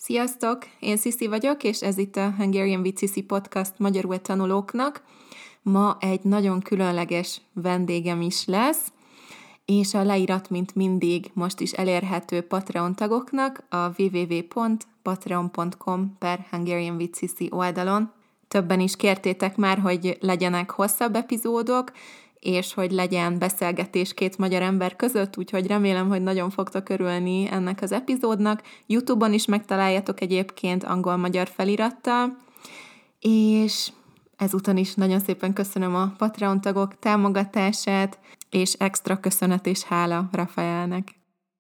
Sziasztok! Én Sziszi vagyok, és ez itt a Hungarian with Sissi podcast magyarul tanulóknak. Ma egy nagyon különleges vendégem is lesz, és a leírat, mint mindig, most is elérhető Patreon tagoknak a www.patreon.com/HungarianWithSissi oldalon. Többen is kértétek már, hogy legyenek hosszabb epizódok, és hogy legyen beszélgetés két magyar ember között, úgyhogy remélem, hogy nagyon fogtok örülni ennek az epizódnak. YouTube-on is megtaláljátok egyébként angol-magyar felirattal, és ezúton is nagyon szépen köszönöm a Patreon tagok támogatását, és extra köszönet és hála Rafaelnek.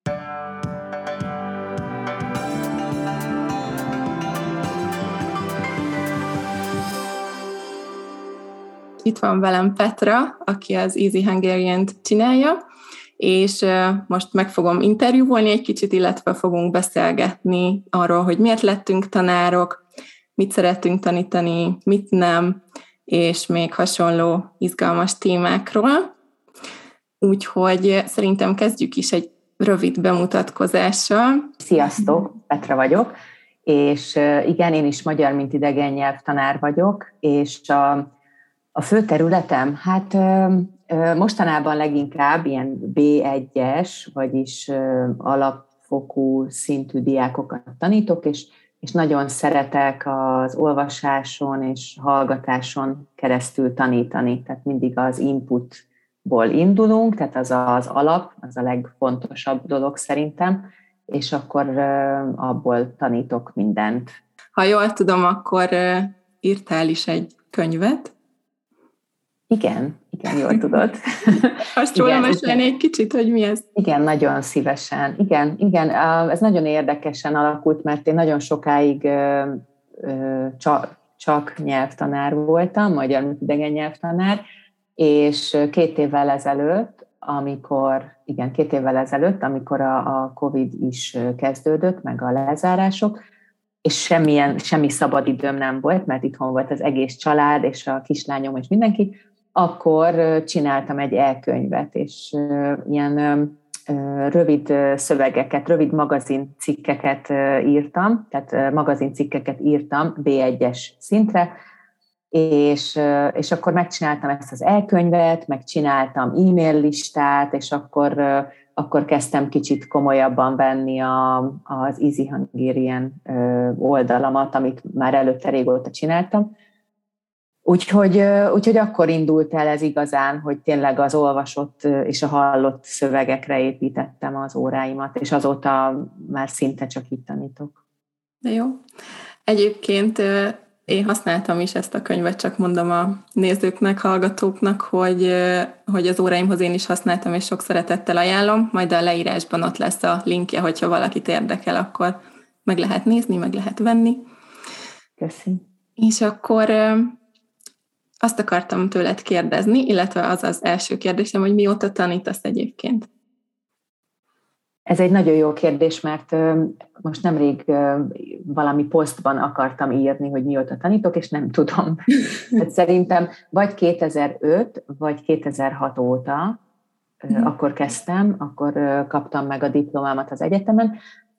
Itt van velem Petra, aki az Easy Hungarian-t csinálja, és most meg fogom interjúvolni egy kicsit, illetve fogunk beszélgetni arról, hogy miért lettünk tanárok, mit szeretünk tanítani, mit nem, és még hasonló izgalmas témákról. Úgyhogy szerintem kezdjük is egy rövid bemutatkozással. Sziasztok, Petra vagyok, és igen, én is magyar, mint idegen nyelvtanár vagyok, és a fő területem, hát mostanában leginkább ilyen B1-es, vagyis alapfokú szintű diákokat tanítok, és nagyon szeretek az olvasáson és hallgatáson keresztül tanítani. Tehát mindig az inputból indulunk, tehát az alap, az a legfontosabb dolog szerintem, és akkor abból tanítok mindent. Ha jól tudom, akkor írtál is egy könyvet. Igen, jól tudod. Azt róla mesélni egy kicsit, hogy mi ez? Igen, nagyon szívesen. Igen, ez nagyon érdekesen alakult, mert én nagyon sokáig csak nyelvtanár voltam, magyar, mint idegen nyelvtanár, és 2 évvel ezelőtt, amikor a Covid is kezdődött, meg a lezárások, és semmi szabadidőm nem volt, mert itthon volt az egész család, és a kislányom, és mindenki, akkor csináltam egy e-könyvet, és ilyen rövid szövegeket, rövid magazincikkeket írtam, tehát magazincikkeket írtam B1-es szintre, és akkor megcsináltam ezt az e-könyvet, megcsináltam e-mail listát, és akkor kezdtem kicsit komolyabban venni az Easy Hungarian oldalamat, amit már előtte régóta csináltam. Úgyhogy akkor indult el ez igazán, hogy tényleg az olvasott és a hallott szövegekre építettem az óráimat, és azóta már szinte csak így tanítok. De jó. Egyébként én használtam is ezt a könyvet, csak mondom a nézőknek, hallgatóknak, hogy az óráimhoz én is használtam, és sok szeretettel ajánlom. Majd a leírásban ott lesz a linkje, hogyha valakit érdekel, akkor meg lehet nézni, meg lehet venni. Köszönöm. És akkor azt akartam tőled kérdezni, illetve az első kérdésem, hogy mióta tanítasz egyébként? Ez egy nagyon jó kérdés, mert most nemrég valami posztban akartam írni, hogy mióta tanítok, és nem tudom. Hát szerintem vagy 2005, vagy 2006 óta, akkor kezdtem, akkor kaptam meg a diplomámat az egyetemen,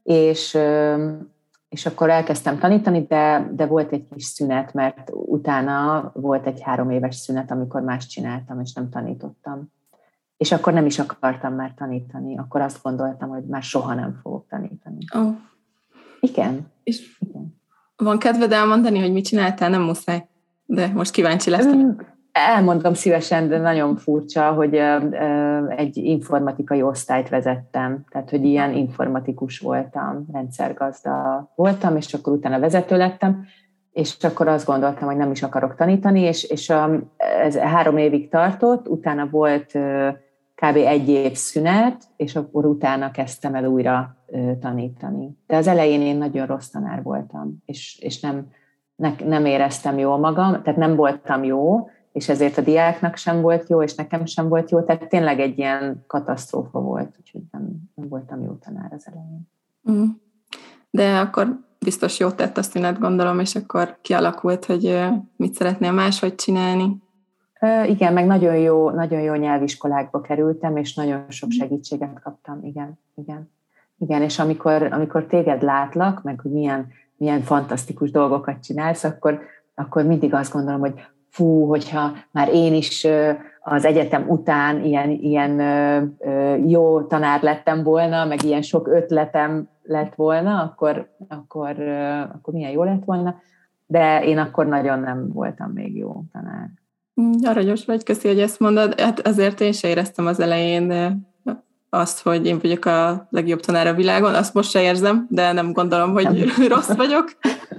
és akkor elkezdtem tanítani, de volt egy kis szünet, mert utána volt egy 3 éves szünet, amikor más csináltam, és nem tanítottam. És akkor nem is akartam már tanítani. Akkor azt gondoltam, hogy már soha nem fogok tanítani. Oh. Igen. És igen. Van kedved elmondani, hogy mit csináltál? Nem muszáj, de most kíváncsi leszek. Elmondom szívesen, de nagyon furcsa, hogy egy informatikai osztályt vezettem. Tehát, hogy ilyen informatikus voltam, rendszergazda voltam, és akkor utána vezető lettem, és akkor azt gondoltam, hogy nem is akarok tanítani, és ez 3 évig tartott, utána volt kb. 1 év szünet, és akkor utána kezdtem el újra tanítani. De az elején én nagyon rossz tanár voltam, és nem éreztem jól magam, tehát nem voltam jó, és ezért a diáknak sem volt jó, és nekem sem volt jó, tehát tényleg egy ilyen katasztrófa volt, úgyhogy nem voltam jó tanár az elején. De akkor biztos jót tett a szünet, gondolom, és akkor kialakult, hogy mit szeretnél máshogy csinálni. Igen, meg nagyon jó nyelviskolákba kerültem, és nagyon sok segítséget kaptam, igen. Igen, és amikor téged látlak, meg hogy milyen fantasztikus dolgokat csinálsz, akkor mindig azt gondolom, hogy fú, hogyha már én is az egyetem után ilyen jó tanár lettem volna, meg ilyen sok ötletem lett volna, akkor milyen jó lett volna, de én akkor nagyon nem voltam még jó tanár. Aranyos vagy, köszi, hogy ezt mondod. Hát azért én se éreztem az elején azt, hogy én vagyok a legjobb tanár a világon, azt most se érzem, de nem gondolom, hogy nem. Rossz vagyok.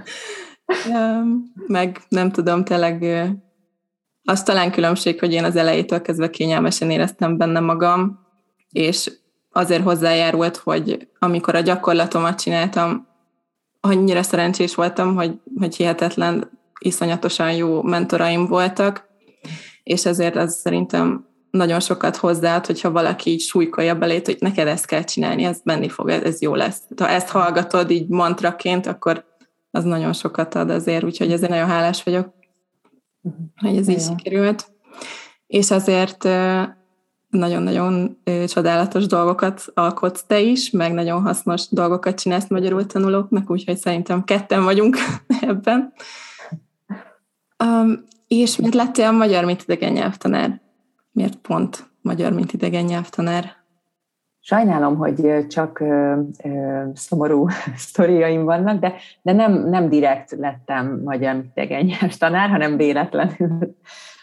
Meg nem tudom, tényleg az talán különbség, hogy én az elejétől kezdve kényelmesen éreztem benne magam, és azért hozzájárult, hogy amikor a gyakorlatomat csináltam, annyira szerencsés voltam, hogy hihetetlen, iszonyatosan jó mentoraim voltak, és ezért az szerintem nagyon sokat hozzáad, hogyha valaki így súlykolja belét, hogy neked ezt kell csinálni, ez menni fog, ez jó lesz. Ha ezt hallgatod így mantraként, akkor az nagyon sokat ad azért, úgyhogy ezért nagyon hálás vagyok, hogy ez így sikerült. És azért nagyon-nagyon csodálatos dolgokat alkotsz te is, meg nagyon hasznos dolgokat csinálsz magyarul tanulóknak, úgyhogy szerintem ketten vagyunk ebben. És miért lettél a magyar, mint idegen nyelvtanár? Miért pont magyar, mint idegen nyelvtanár? Sajnálom, hogy csak szomorú sztoriaim vannak, de nem direkt lettem magyar, mint idegen nyelvtanár, hanem véletlenül.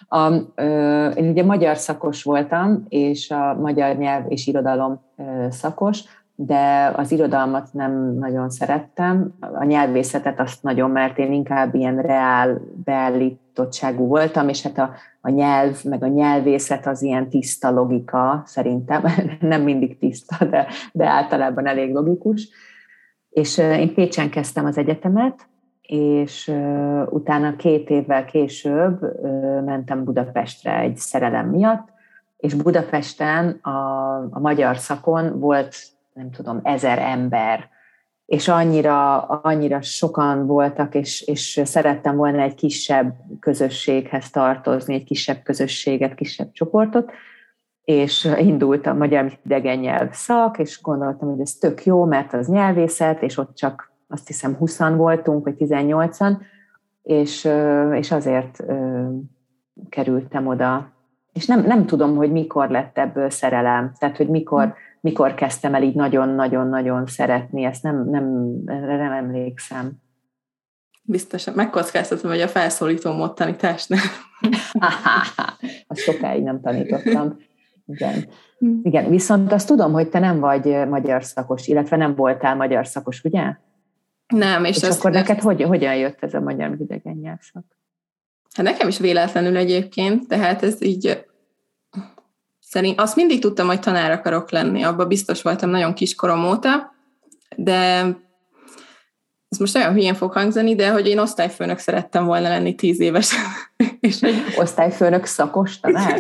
Én ugye magyar szakos voltam, és a magyar nyelv és irodalom szakos, de az irodalmat nem nagyon szerettem, a nyelvészetet azt nagyon, mert én inkább ilyen reál beállítottságú voltam, és hát a nyelv, meg a nyelvészet az ilyen tiszta logika szerintem, nem mindig tiszta, de általában elég logikus. És én Pécsen kezdtem az egyetemet, és utána 2 évvel később mentem Budapestre egy szerelem miatt, és Budapesten a magyar szakon volt, nem tudom, 1000 ember, és annyira sokan voltak, és szerettem volna egy kisebb közösséghez tartozni, egy kisebb közösséget, kisebb csoportot, és indult a magyar, mint idegen nyelv szak, és gondoltam, hogy ez tök jó, mert az nyelvészet, és ott csak azt hiszem 20-an voltunk, vagy 18-an, és azért kerültem oda. És nem tudom, hogy mikor lett ebből szerelem, tehát hogy mikor kezdtem el így nagyon-nagyon-nagyon szeretni, ezt nem emlékszem. Biztosan. Megkockáztatom, hogy a felszólító mód tanításnál. Azt sokáig nem tanítottam. Igen, viszont azt tudom, hogy te nem vagy magyar szakos, illetve nem voltál magyar szakos, ugye? Nem. És akkor neked hogyan jött ez a magyar idegen nyelvszak? Hát nekem is véletlenül egyébként, tehát ez így azt mindig tudtam, hogy tanár akarok lenni, abban biztos voltam nagyon kiskorom óta, de ez most olyan hülyén fog hangzani, de hogy én osztályfőnök szerettem volna lenni 10 évesen. És hogy osztályfőnök szakos tanár?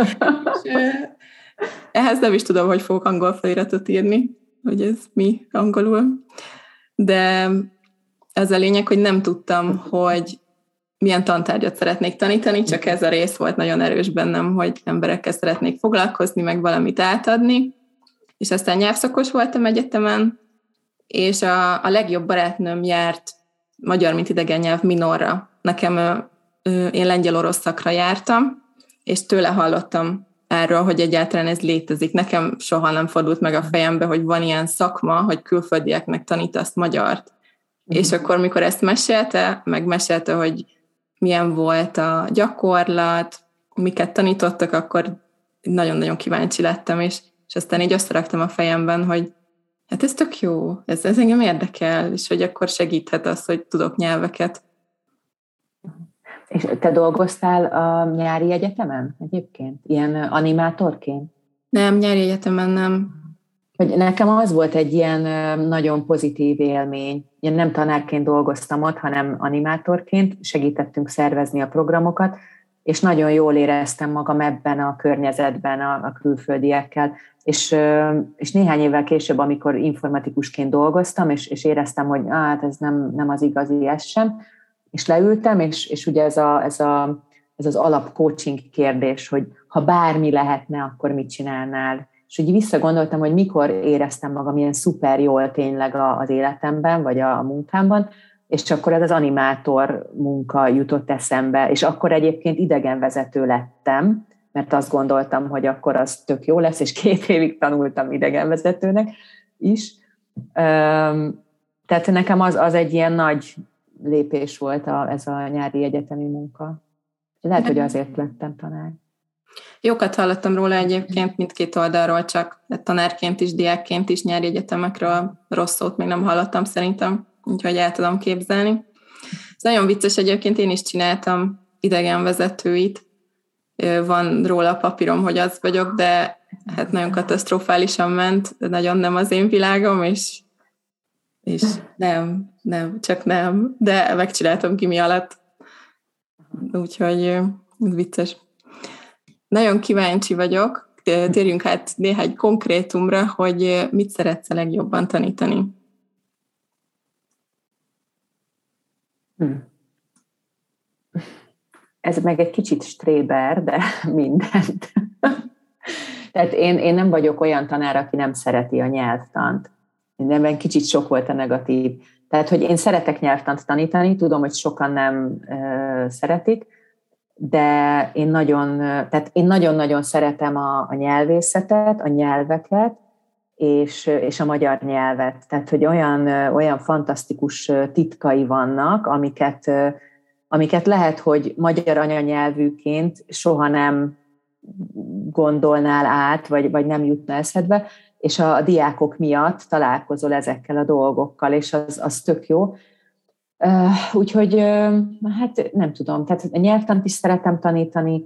Ehhez nem is tudom, hogy fogok angol feliratot írni, hogy ez mi angolul. De ez a lényeg, hogy nem tudtam, hogy milyen tantárgyat szeretnék tanítani, csak ez a rész volt nagyon erős bennem, hogy emberekkel szeretnék foglalkozni, meg valamit átadni. És aztán nyelvszakos voltam egyetemen, és a legjobb barátnőm járt magyar, mint idegen nyelv minorra. Nekem én lengyel-orosz szakra jártam, és tőle hallottam erről, hogy egyáltalán ez létezik. Nekem soha nem fordult meg a fejembe, hogy van ilyen szakma, hogy külföldieknek tanítasz magyart. És akkor, mikor ezt mesélte, hogy milyen volt a gyakorlat, miket tanítottak, akkor nagyon-nagyon kíváncsi lettem, és aztán így azt raktam a fejemben, hogy hát ez tök jó, ez engem érdekel, és hogy akkor segíthet az, hogy tudok nyelveket. És te dolgoztál a nyári egyetemen egyébként? Ilyen animátorként? Nem, nyári egyetemen nem. Hogy nekem az volt egy ilyen nagyon pozitív élmény. Én nem tanárként dolgoztam ott, hanem animátorként, segítettünk szervezni a programokat, és nagyon jól éreztem magam ebben a környezetben a külföldiekkel. És néhány évvel később, amikor informatikusként dolgoztam, és éreztem, hogy hát ez nem az igazi, ez sem, és leültem, és ugye ez az alap coaching kérdés, hogy ha bármi lehetne, akkor mit csinálnál? és úgy visszagondoltam, hogy mikor éreztem magam ilyen szuper jól tényleg az életemben, vagy a munkámban, és akkor ez az animátor munka jutott eszembe, és akkor egyébként idegenvezető lettem, mert azt gondoltam, hogy akkor az tök jó lesz, és 2 évig tanultam idegenvezetőnek is. Tehát nekem az egy ilyen nagy lépés volt ez a nyári egyetemi munka. Lehet, hogy azért lettem tanár. Jókat hallottam róla egyébként mindkét oldalról, csak tanárként is, diákként is nyári egyetemekről rossz szót még nem hallottam szerintem, úgyhogy el tudom képzelni. Ez nagyon vicces, egyébként én is csináltam idegenvezetőit, van róla a papírom, hogy az vagyok, de hát nagyon katasztrofálisan ment, de nagyon nem az én világom, és nem, de megcsináltam gimi alatt. Úgyhogy vicces. Nagyon kíváncsi vagyok, térjünk át néhány konkrétumra, hogy mit szeretsz a legjobban tanítani. Ez meg egy kicsit stréber, de mindent. Tehát én nem vagyok olyan tanár, aki nem szereti a nyelvtant. Mindenben kicsit sok volt a negatív. Tehát, hogy én szeretek nyelvtant tanítani, tudom, hogy sokan nem szeretik, de én nagyon-nagyon szeretem a nyelvészetet, a nyelveket, és a magyar nyelvet. Tehát, hogy olyan fantasztikus titkai vannak, amiket lehet, hogy magyar anyanyelvűként soha nem gondolnál át, vagy nem jutna eszedbe, és a diákok miatt találkozol ezekkel a dolgokkal, és az tök jó. Úgyhogy, hát nem tudom, tehát a nyelvtant is szeretem tanítani.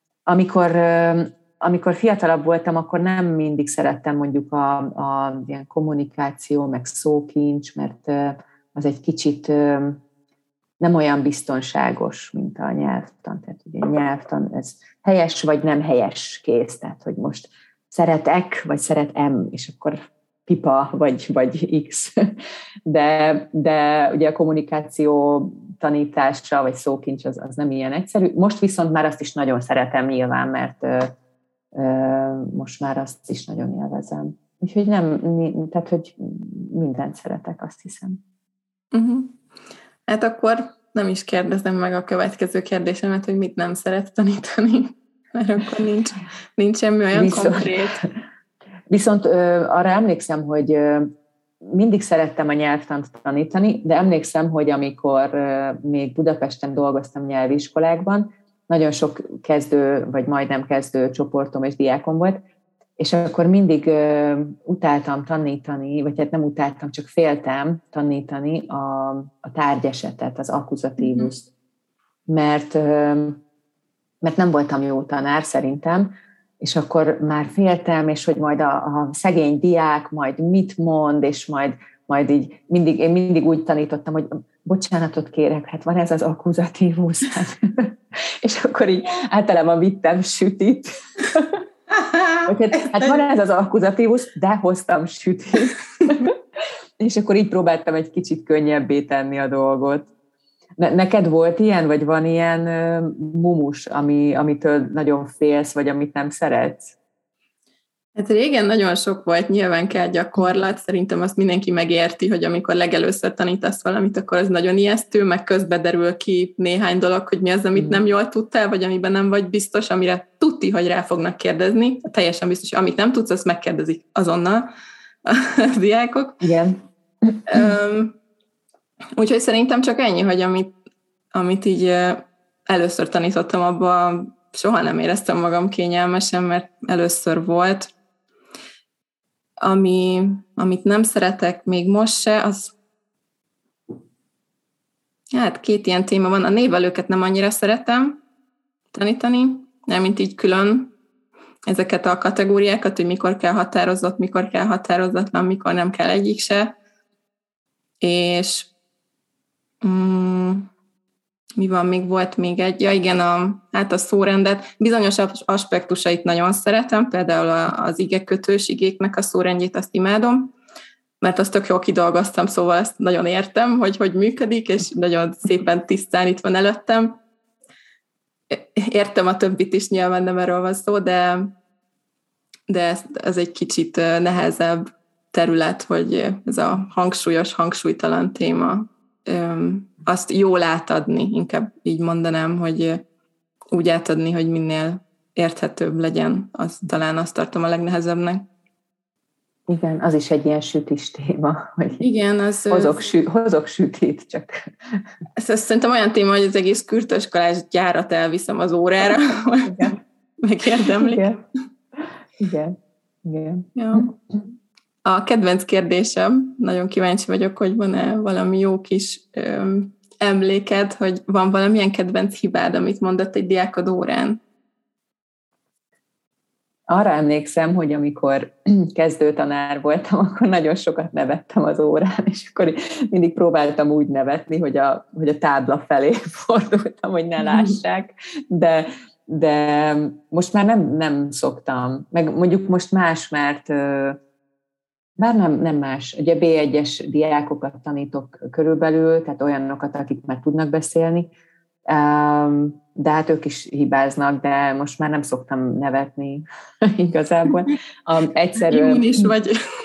Amikor fiatalabb voltam, akkor nem mindig szerettem mondjuk a ilyen kommunikáció, meg szókincs, mert az egy kicsit nem olyan biztonságos, mint a nyelvtan. Tehát ugye a nyelvtan, ez helyes vagy nem helyes kész, tehát hogy most szeretek, vagy szeretem, és akkor pipa, vagy X. De ugye a kommunikáció tanítása, vagy szókincs az nem ilyen egyszerű. Most viszont már azt is nagyon szeretem nyilván, mert most már azt is nagyon élvezem. Úgyhogy tehát hogy mindent szeretek, azt hiszem. Uh-huh. Hát akkor nem is kérdezem meg a következő kérdésemet, hogy mit nem szeret tanítani, mert akkor nincs semmi olyan konkrét. Viszont arra emlékszem, hogy mindig szerettem a nyelvtant tanítani, de emlékszem, hogy amikor még Budapesten dolgoztam nyelviskolákban, nagyon sok kezdő, vagy majdnem kezdő csoportom és diákom volt, és akkor mindig utáltam tanítani, vagy hát nem utáltam, csak féltem tanítani a tárgyesetet, az akkuzatívust. Mert nem voltam jó tanár szerintem, és akkor már féltem, és hogy majd a szegény diák majd mit mond, és majd így én mindig úgy tanítottam, hogy bocsánatot kérek, hát van ez az akkuzatívus. És akkor így általában vittem sütit. Hát van ez az akkuzatívus, de hoztam sütit. És akkor így próbáltam egy kicsit könnyebbé tenni a dolgot. Neked volt ilyen, vagy van ilyen mumus, amitől nagyon félsz, vagy amit nem szeretsz? Hát régen nagyon sok volt, nyilván kell gyakorlat, szerintem azt mindenki megérti, hogy amikor legelőször tanítasz valamit, akkor az nagyon ijesztő, meg közben derül ki néhány dolog, hogy mi az, amit nem jól tudtál, vagy amiben nem vagy biztos, amire tudti, hogy rá fognak kérdezni. Teljesen biztos, hogy amit nem tudsz, azt megkérdezik azonnal a diákok. Igen. Úgyhogy szerintem csak ennyi, hogy amit így először tanítottam, abban soha nem éreztem magam kényelmesen, mert először volt. Amit nem szeretek még most se, az hát 2 ilyen téma van. A névelőket nem annyira szeretem tanítani, nem mint így külön ezeket a kategóriákat, hogy mikor kell határozott, mikor kell határozatlan, mikor nem kell egyik se. És mi van, még volt még egy, ja igen, a szórendet, bizonyos aspektusait nagyon szeretem, például az igekötős igéknek a szórendjét azt imádom, mert azt tök jól kidolgoztam, szóval azt nagyon értem, hogy működik, és nagyon szépen tisztán itt van előttem. Értem a többit is, nyilván nem erről van szó, de de ez egy kicsit nehezebb terület, hogy ez a hangsúlyos, hangsúlytalan téma, azt jól átadni, inkább így mondanám, hogy úgy átadni, hogy minél érthetőbb legyen, talán azt tartom a legnehezebbnek. Igen, az is egy ilyen sütis téma, hogy igen, hozok sütit, csak... Ez szerintem olyan téma, hogy az egész kürtöskolás gyárat elviszem az órára, megérdemlik. Igen. Ja. A kedvenc kérdésem, nagyon kíváncsi vagyok, hogy van-e valami jó kis emléked, hogy van valamilyen kedvenc hibád, amit mondott egy diákod órán? Arra emlékszem, hogy amikor kezdőtanár voltam, akkor nagyon sokat nevettem az órán, és akkor mindig próbáltam úgy nevetni, hogy a tábla felé fordultam, hogy ne lássák, de most már nem szoktam. Meg mondjuk most más, mert bár nem más. Ugye B1-es diákokat tanítok körülbelül, tehát olyanokat, akik már tudnak beszélni, de hát ők is hibáznak, de most már nem szoktam nevetni igazából. Immun is vagy.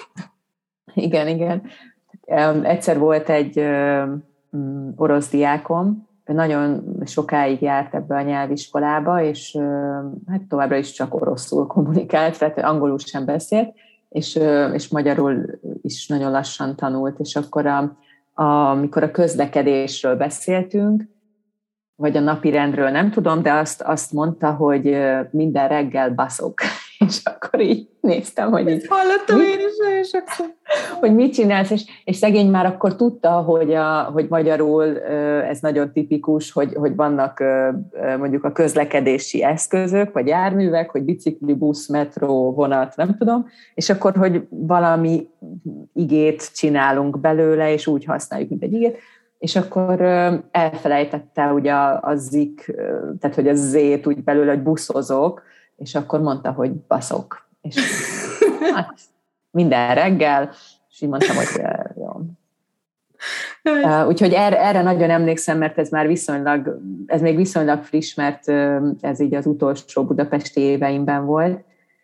Igen. Egyszer volt egy orosz diákom, nagyon sokáig járt ebbe a nyelviskolába, és hát továbbra is csak oroszul kommunikált, tehát angolul sem beszélt, és magyarul is nagyon lassan tanult, és akkor amikor a közlekedésről beszéltünk, vagy a napirendről, nem tudom, de azt mondta, hogy minden reggel baszok. És akkor így néztem, hogy így... Hallottam én is nagyon sokszor. Hogy mit csinálsz, és szegény már akkor tudta, hogy magyarul ez nagyon tipikus, hogy vannak mondjuk a közlekedési eszközök, vagy járművek, hogy bicikli, busz, metró, vonat, nem tudom, és akkor, hogy valami igét csinálunk belőle, és úgy használjuk, mint egy igét, és akkor elfelejtette ugye a zik, tehát hogy a zét úgy belőle, hogy buszozok, és akkor mondta, hogy baszok. És hát minden reggel, és így mondtam, hogy jó. Úgyhogy erre nagyon emlékszem, mert ez még viszonylag friss, mert ez így az utolsó budapesti éveimben volt.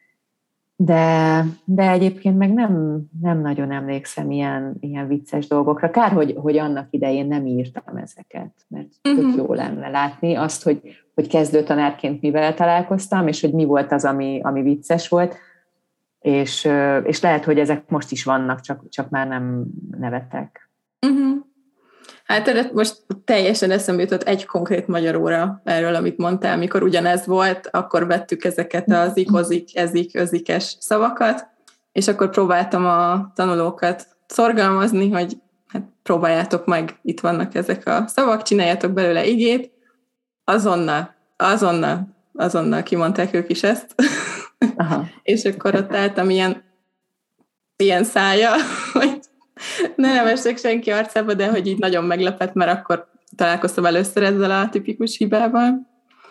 De egyébként meg nem nagyon emlékszem ilyen vicces dolgokra. Kár, hogy annak idején nem írtam ezeket, mert tök jó lenne látni azt, hogy kezdőtanárként mivel találkoztam, és hogy mi volt az, ami vicces volt, és lehet, hogy ezek most is vannak, csak már nem nevetek. Hát most teljesen eszembe jutott egy konkrét magyar óra erről, amit mondtál, amikor ugyanez volt, akkor vettük ezeket az ikozik, ezik, özikes szavakat, és akkor próbáltam a tanulókat szorgalmazni, hogy hát próbáljátok meg, itt vannak ezek a szavak, csináljátok belőle igét, azonnal kimondták ők is ezt. Aha. És akkor ott álltam ilyen szája, hogy ne nevessek senki arcába, de hogy így nagyon meglepett, mert akkor találkoztam először ezzel a tipikus hibával.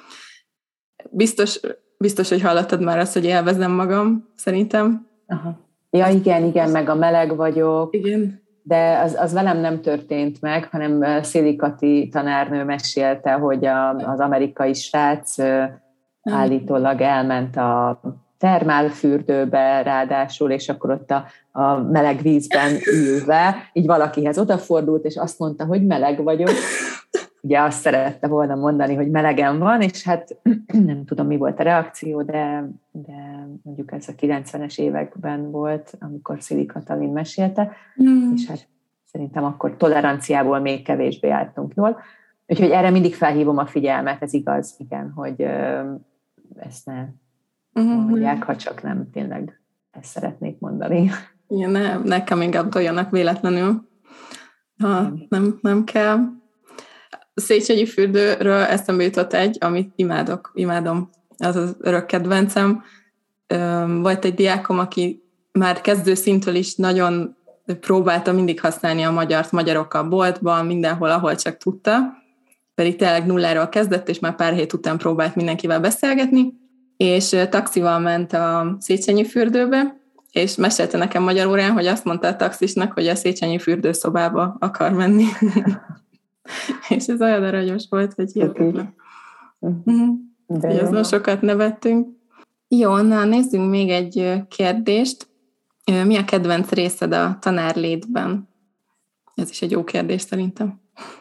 Biztos, hogy hallottad már azt, hogy élvezem magam, szerintem. Aha. Ja, igen, meg a meleg vagyok. Igen. De az velem nem történt meg, hanem Széli Kati tanárnő mesélte, hogy az amerikai srác állítólag elment a termálfürdőbe ráadásul, és akkor ott a meleg vízben ülve, így valakihez odafordult, és azt mondta, hogy meleg vagyok. Ugye azt szerette volna mondani, hogy melegen van, és hát nem tudom, mi volt a reakció, de mondjuk ez a 90-es években volt, amikor Szili Katalin mesélte, és hát szerintem akkor toleranciából még kevésbé álltunk jól. Úgyhogy erre mindig felhívom a figyelmet, ez igaz, igen, hogy ezt ne mondják, ha csak nem tényleg ezt szeretnék mondani. Igen, ne coming out-oljanak véletlenül, ha nem kell. A Széchenyi fürdőről eszembe jutott egy, amit imádom, az örök kedvencem. Volt egy diákom, aki már kezdő szintől is nagyon próbálta mindig használni a magyart magyarokkal boltban, mindenhol, ahol csak tudta, pedig tényleg nulláról kezdett, és már pár hét után próbált mindenkivel beszélgetni, és taxival ment a Széchenyi fürdőbe, és mesélte nekem magyar órán, hogy azt mondta a taxisnak, hogy a Széchenyi fürdőszobába akar menni. És ez olyan aranyos volt, hogy hihetetlen. Azon sokat nevettünk. Jó, na nézzünk még egy kérdést. Mi a kedvenc részed a tanárlétben? Ez is egy jó kérdés szerintem.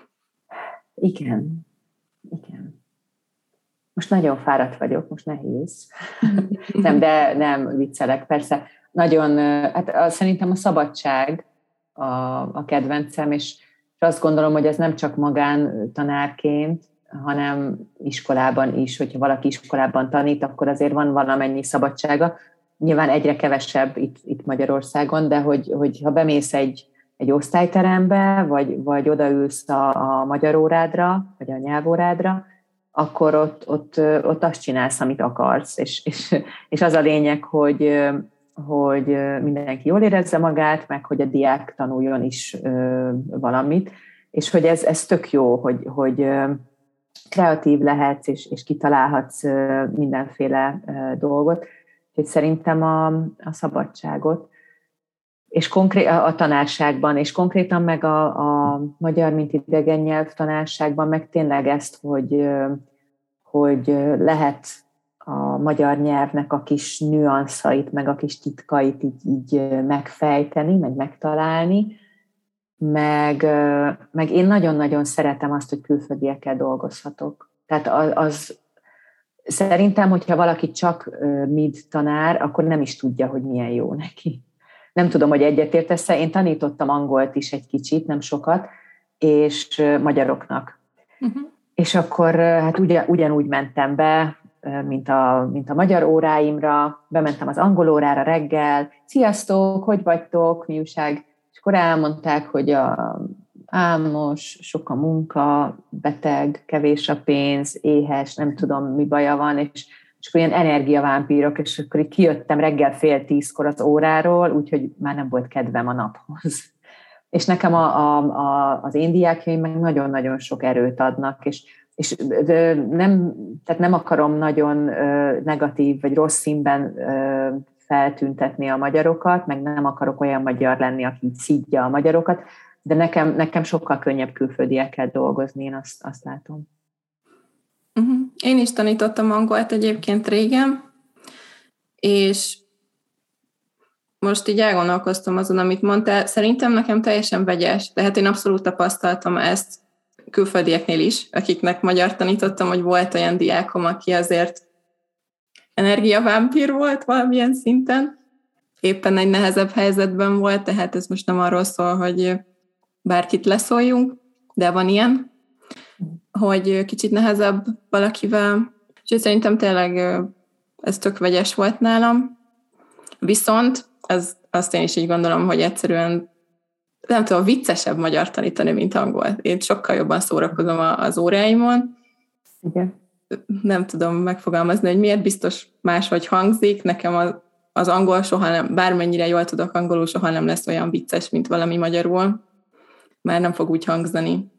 Igen. Most nagyon fáradt vagyok, most nehéz. De nem viccelek, persze. Nagyon, hát szerintem a szabadság a kedvencem, és azt gondolom, hogy ez nem csak magán tanárként, hanem iskolában is, hogyha valaki iskolában tanít, akkor azért van valamennyi szabadsága. Nyilván egyre kevesebb itt Magyarországon, de hogy ha bemész egy osztályterembe, vagy odaülsz a magyar órádra, vagy a nyelvórádra, akkor ott azt csinálsz, amit akarsz. És az a lényeg, hogy mindenki jól érezze magát, meg hogy a diák tanuljon is valamit, és hogy ez tök jó, hogy kreatív lehetsz, és kitalálhatsz mindenféle dolgot. Úgyhogy szerintem a szabadságot, és a tanárságban, és konkrétan meg a magyar, mint idegen nyelv tanárságban, meg tényleg ezt, hogy lehet a magyar nyelvnek a kis nüanszait, meg a kis titkait így megfejteni, meg megtalálni, meg én nagyon-nagyon szeretem azt, hogy külföldiekkel dolgozhatok. Tehát szerintem, hogyha valaki csak mid tanár, akkor nem is tudja, hogy milyen jó neki. Nem tudom, hogy egyetértesz-e, én tanítottam angolt is egy kicsit, nem sokat, és magyaroknak. Uh-huh. És akkor hát ugyanúgy mentem be, mint a magyar óráimra, bementem az angol órára reggel, sziasztok, hogy vagytok, mi újság? És akkor elmondták, hogy álmos, sok a munka, beteg, kevés a pénz, éhes, nem tudom, mi baja van, és akkor ilyen energiavámpírok, és akkor így kijöttem reggel 9:30 az óráról, úgyhogy már nem volt kedvem a naphoz. És nekem az én diákjaim meg nagyon-nagyon sok erőt adnak, és nem akarom nagyon negatív vagy rossz színben feltüntetni a magyarokat, meg nem akarok olyan magyar lenni, aki így szidja a magyarokat, de nekem sokkal könnyebb külföldiekkel dolgozni, én azt látom. Uh-huh. Én is tanítottam angolt egyébként régen, és most így elgondolkoztam azon, amit mondtál. Szerintem nekem teljesen vegyes, de hát én abszolút tapasztaltam ezt külföldieknél is, akiknek magyar tanítottam, hogy volt olyan diákom, aki azért energiavámpír volt valamilyen szinten, éppen egy nehezebb helyzetben volt, tehát ez most nem arról szól, hogy bárkit leszóljunk, de van ilyen, hogy kicsit nehezebb valakivel, és szerintem tényleg ez tök vegyes volt nálam. Viszont azt én is így gondolom, hogy egyszerűen nem tudom, viccesebb magyar tanítani, mint angol. Én sokkal jobban szórakozom az óráimon. Igen. Nem tudom megfogalmazni, hogy miért biztos máshogy hangzik. Nekem az angol soha nem, bármennyire jól tudok angolul, soha nem lesz olyan vicces, mint valami magyarul. Már nem fog úgy hangzani.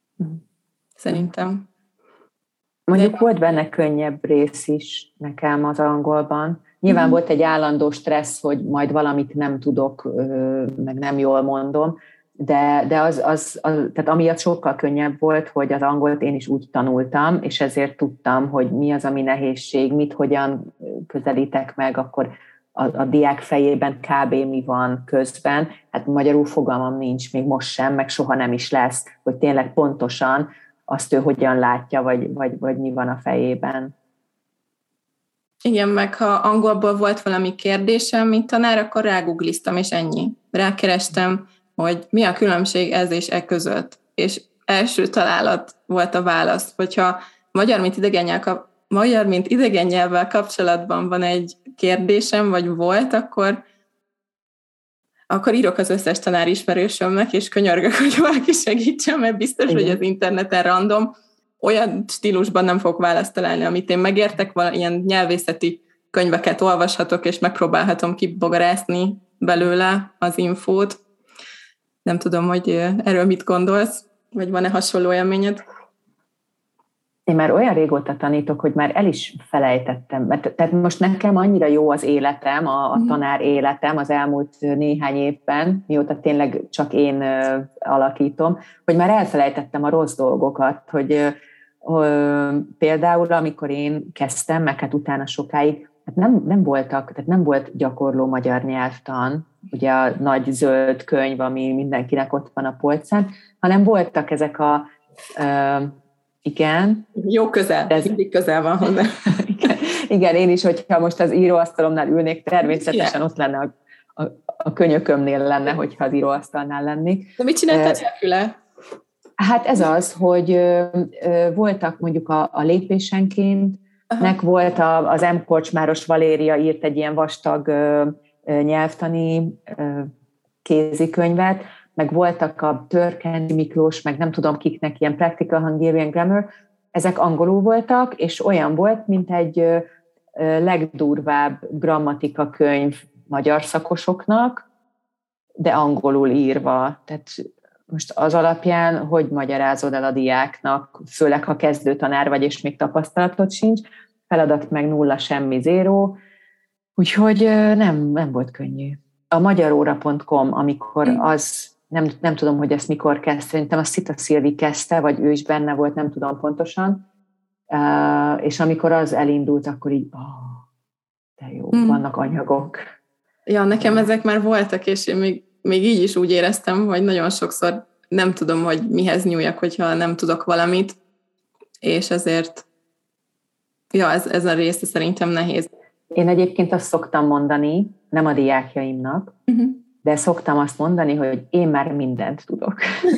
Szerintem. Mondjuk volt benne könnyebb rész is nekem az angolban. Nyilván volt egy állandó stressz, hogy majd valamit nem tudok, meg nem jól mondom, de az tehát amiatt sokkal könnyebb volt, hogy az angolt én is úgy tanultam, és ezért tudtam, hogy mi az, ami nehézség, mit, hogyan közelítek meg, akkor a diák fejében kb. Mi van közben. Hát magyarul fogalmam nincs, még most sem, meg soha nem is lesz, hogy tényleg pontosan azt ő hogyan látja, vagy mi van a fejében. Igen, meg ha angolból volt valami kérdésem, mint tanár, akkor rágoogliztam, és ennyi. Rákerestem, hogy mi a különbség ez és e között. És első találat volt a válasz, hogyha magyar, mint idegen nyelvvel kapcsolatban van egy kérdésem, vagy volt, akkor írok az összes tanárismerősömnek, és könyörgök, hogy valaki segítsen, mert biztos, igen, hogy az interneten random olyan stílusban nem fogok választ találni, amit én megértek, ilyen nyelvészeti könyveket olvashatok, és megpróbálhatom kibogarászni belőle az infót. Nem tudom, hogy erről mit gondolsz, vagy van-e hasonló élményed? Én már olyan régóta tanítok, hogy már el is felejtettem. Tehát most nekem annyira jó az életem, a tanár életem az elmúlt néhány évben, mióta tényleg csak én alakítom, hogy már elfelejtettem a rossz dolgokat, hogy például amikor én kezdtem, meg hát utána sokáig, hát nem voltak, tehát nem volt gyakorló magyar nyelvtan, ugye a nagy zöld könyv, ami mindenkinek ott van a polcán, hanem voltak ezek igen. Jó közel, mindig közel van hozzá. Igen, én is, hogyha most az íróasztalomnál ülnék, természetesen ott lenne a könyökömnél lenne, hogyha az íróasztalnál lennék. De mit csináltál nélküle? Hát ez az, hogy voltak mondjuk a lépésenként, nek volt az M. Korcsmáros Valéria írt egy ilyen vastag nyelvtani kézikönyvet, meg voltak a Törkendi Miklós, meg nem tudom kiknek ilyen Practical Hungarian Grammar, ezek angolul voltak, és olyan volt, mint egy legdurvább grammatika könyv magyar szakosoknak, de angolul írva. Tehát most az alapján hogy magyarázod el a diáknak, főleg ha kezdő tanár vagy, és még tapasztalatod sincs, feladat meg 0, semmi, 0, úgyhogy nem volt könnyű. A magyaróra.com, amikor az, nem tudom, hogy ezt mikor kezdte, szerintem a Szita Szilvi kezdte, vagy ő is benne volt, nem tudom pontosan, és amikor az elindult, akkor így, de jó, vannak anyagok. Ja, nekem ezek már voltak, és én még így is úgy éreztem, hogy nagyon sokszor nem tudom, hogy mihez nyúljak, hogyha nem tudok valamit, és ezért ez a része szerintem nehéz. Én egyébként azt szoktam mondani, nem a diákjaimnak, de szoktam azt mondani, hogy én már mindent tudok.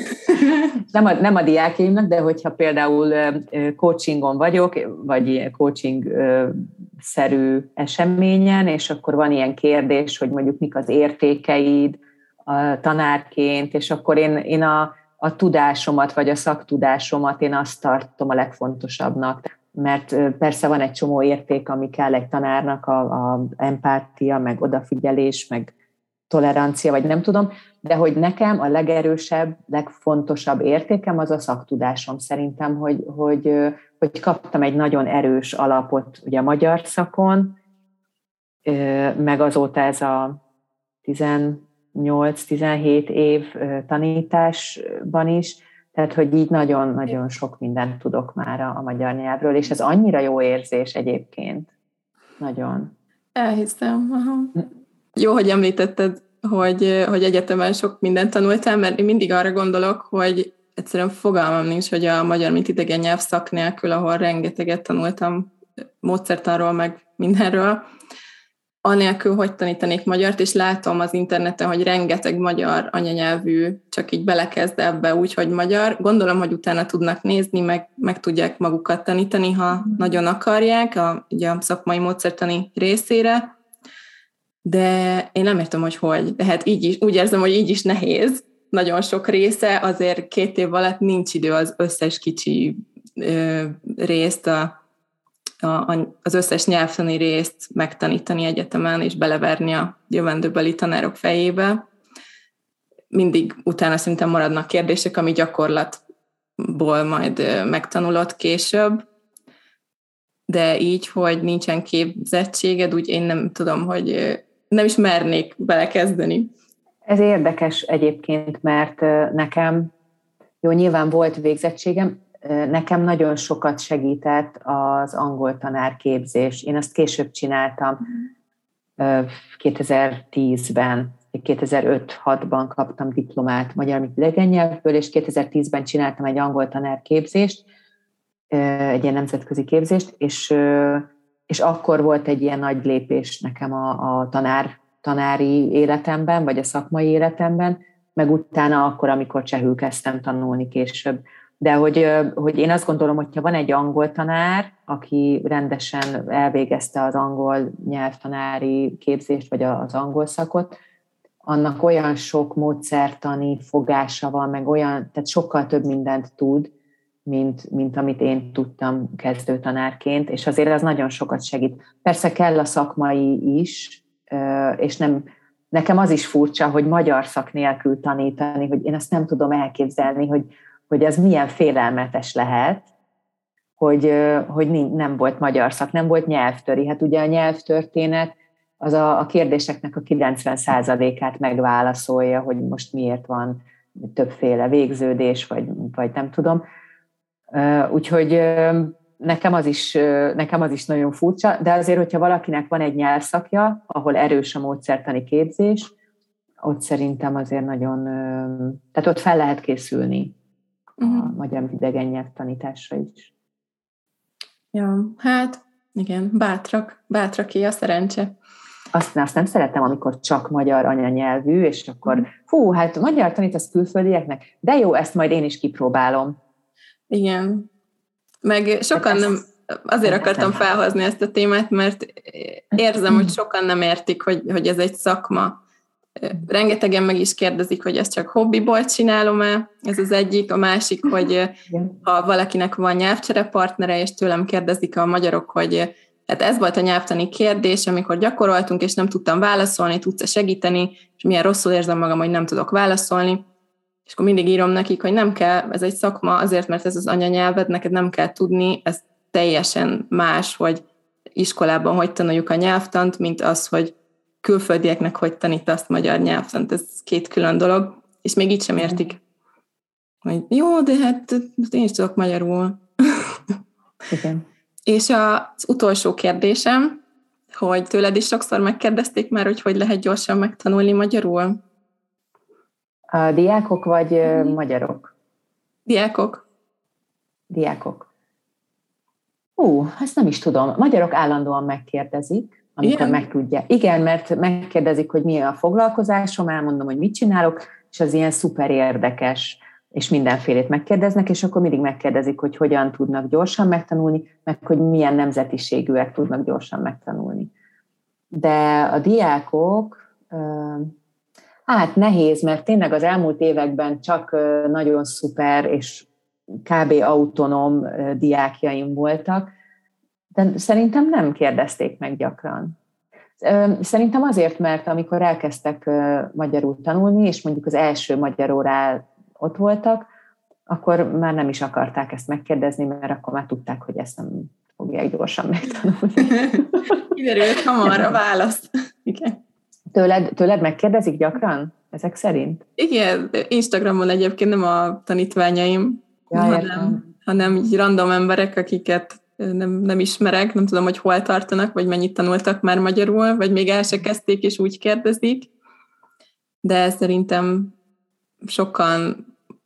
nem a diákjaimnak, de hogyha például coachingon vagyok, vagy ilyen coaching-szerű eseményen, és akkor van ilyen kérdés, hogy mondjuk mik az értékeid a tanárként, és akkor én a tudásomat, vagy a szaktudásomat én azt tartom a legfontosabbnak. Mert persze van egy csomó érték, ami kell egy tanárnak, a empátia, meg odafigyelés, meg tolerancia, vagy nem tudom, de hogy nekem a legerősebb, legfontosabb értékem az a szaktudásom szerintem, hogy kaptam egy nagyon erős alapot ugye a magyar szakon, meg azóta ez a 18-17 év tanításban is, tehát, hogy így nagyon-nagyon sok mindent tudok már a magyar nyelvről, és ez annyira jó érzés egyébként. Nagyon. Elhiszem. Aha. Jó, hogy említetted, hogy egyetemen sok mindent tanultál, mert én mindig arra gondolok, hogy egyszerűen fogalmam nincs, hogy a magyar mint idegen nyelv szak nélkül, ahol rengeteget tanultam módszertanról, meg mindenről, anélkül, hogy tanítanék magyart, és látom az interneten, hogy rengeteg magyar anyanyelvű csak így belekezd ebbe úgy, hogy magyar. Gondolom, hogy utána tudnak nézni, meg tudják magukat tanítani, ha nagyon akarják, ugye a szakmai módszertani részére, de én nem értem, hogy. De hát így is, úgy érzem, hogy így is nehéz. Nagyon sok része, azért 2 év alatt nincs idő az összes kicsi részt, az összes nyelvtani részt megtanítani egyetemen, és beleverni a jövendőbeli tanárok fejébe. Mindig utána szerintem maradnak kérdések, ami gyakorlatból majd megtanulod később, de így, hogy nincsen képzettséged, úgy én nem tudom, hogy nem is mernék belekezdeni. Ez érdekes egyébként, mert nekem, jó, nyilván volt végzettségem, nekem nagyon sokat segített az angol tanárképzés. Én azt később csináltam 2010-ben, 2005-6-ban kaptam diplomát magyar mint idegen nyelvből, és 2010-ben csináltam egy angol tanárképzést, egy ilyen nemzetközi képzést, és akkor volt egy ilyen nagy lépés nekem a tanári életemben, vagy a szakmai életemben, meg utána akkor, amikor csehül kezdtem tanulni később. De hogy én azt gondolom, hogyha van egy angol tanár, aki rendesen elvégezte az angol nyelvtanári képzést, vagy az angol szakot, annak olyan sok módszertani fogása van, meg olyan, tehát sokkal több mindent tud, mint amit én tudtam kezdőtanárként, és azért az nagyon sokat segít. Persze kell a szakmai is, és nekem az is furcsa, hogy magyar szak nélkül tanítani, hogy én azt nem tudom elképzelni, hogy ez milyen félelmetes lehet, hogy nem volt magyar szak, nem volt nyelvtöri. Hát ugye a nyelvtörténet az a kérdéseknek a 90%-át megválaszolja, hogy most miért van többféle végződés, vagy nem tudom. Úgyhogy nekem az is nagyon furcsa, de azért, hogyha valakinek van egy nyelvszakja, ahol erős a módszertani képzés, ott szerintem azért nagyon, tehát ott fel lehet készülni a magyar idegen nyelvtanításra is. Ja, hát igen, bátraké a szerencse. Azt nem szeretem, amikor csak magyar anyanyelvű, és akkor hát magyar tanítasz külföldieknek, de jó, ezt majd én is kipróbálom. Igen, meg sokan nem, azért akartam felhozni ezt a témát, mert érzem, hogy sokan nem értik, hogy ez egy szakma. Rengetegen meg is kérdezik, hogy ezt csak hobbiból csinálom-e, ez az egyik, a másik, hogy ha valakinek van nyelvcserepartnere, és tőlem kérdezik a magyarok, hogy hát ez volt a nyelvtani kérdés, amikor gyakoroltunk, és nem tudtam válaszolni, tudsz-e segíteni, és milyen rosszul érzem magam, hogy nem tudok válaszolni, és akkor mindig írom nekik, hogy nem kell, ez egy szakma, azért, mert ez az anyanyelved, neked nem kell tudni, ez teljesen más, hogy iskolában hogy tanuljuk a nyelvtant, mint az, hogy külföldieknek hogy tanítasz magyar nyelvtant, ez két külön dolog, és még így sem értik. Hogy jó, de hát én is tudok magyarul. Igen. És az utolsó kérdésem, hogy tőled is sokszor megkérdezték már, hogy lehet gyorsan megtanulni magyarul? A diákok vagy magyarok? Diákok. Diákok. Ezt nem is tudom. Magyarok állandóan megkérdezik, amikor megtudják. Igen, mert megkérdezik, hogy mi a foglalkozásom, elmondom, hogy mit csinálok, és az ilyen szuper érdekes, és mindenfélét megkérdeznek, és akkor mindig megkérdezik, hogy hogyan tudnak gyorsan megtanulni, meg hogy milyen nemzetiségűek tudnak gyorsan megtanulni. De a diákok, hát nehéz, mert tényleg az elmúlt években csak nagyon szuper és kb. Autonóm diákjaim voltak, de szerintem nem kérdezték meg gyakran. Szerintem azért, mert amikor elkezdtek magyarul tanulni, és mondjuk az első magyar órán ott voltak, akkor már nem is akarták ezt megkérdezni, mert akkor már tudták, hogy ezt nem fogják gyorsan megtanulni. Kiderült hamar a választ. Igen. Tőled megkérdezik gyakran? Ezek szerint? Igen, Instagramon egyébként nem a tanítványaim, hanem így random emberek, akiket nem ismerek, nem tudom, hogy hol tartanak, vagy mennyit tanultak már magyarul, vagy még el se kezdték, és úgy kérdezik. De szerintem sokan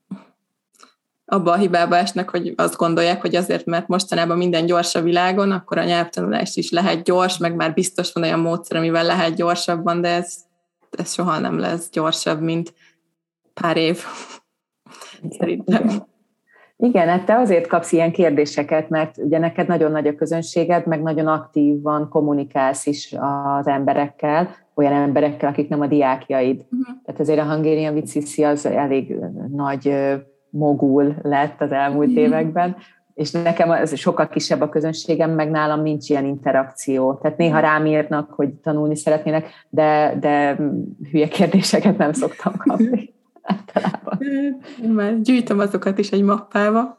abba a hibába esnek, hogy azt gondolják, hogy azért, mert mostanában minden gyors a világon, akkor a nyelvtanulás is lehet gyors, meg már biztos van olyan módszer, amivel lehet gyorsabban, de ez soha nem lesz gyorsabb, mint pár év. Szerintem. Igen, hát te azért kapsz ilyen kérdéseket, mert ugye neked nagyon nagy a közönséged, meg nagyon aktívan kommunikálsz is az emberekkel, olyan emberekkel, akik nem a diákjaid. Tehát azért a Hungarian with Sissi az elég nagy mogul lett az elmúlt években, és nekem az sokkal kisebb a közönségem, meg nálam nincs ilyen interakció. Tehát néha rám írnak, hogy tanulni szeretnének, de hülye kérdéseket nem szoktam kapni. Általában. Már gyűjtöm azokat is egy mappába.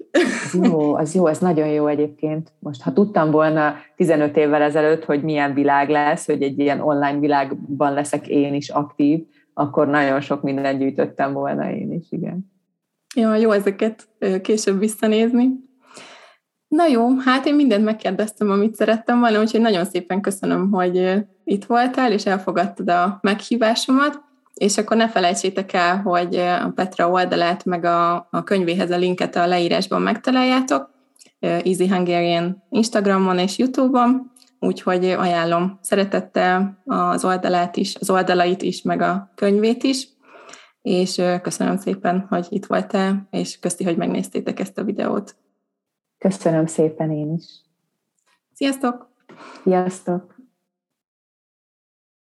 Az jó, ez nagyon jó egyébként. Most, ha tudtam volna 15 évvel ezelőtt, hogy milyen világ lesz, hogy egy ilyen online világban leszek én is aktív, akkor nagyon sok mindent gyűjtöttem volna én is, igen. Ja, jó ezeket később visszanézni. Na jó, hát én mindent megkérdeztem, amit szerettem volna, úgyhogy nagyon szépen köszönöm, hogy itt voltál, és elfogadtad a meghívásomat. És akkor ne felejtsétek el, hogy a Petra oldalát, meg a könyvéhez a linket a leírásban megtaláljátok, Easy Hungarian Instagramon és YouTube-on, úgyhogy ajánlom szeretettel az oldalát is, az oldalait is, meg a könyvét is, és köszönöm szépen, hogy itt voltál, és köszi, hogy megnéztétek ezt a videót. Köszönöm szépen én is. Sziasztok! Sziasztok!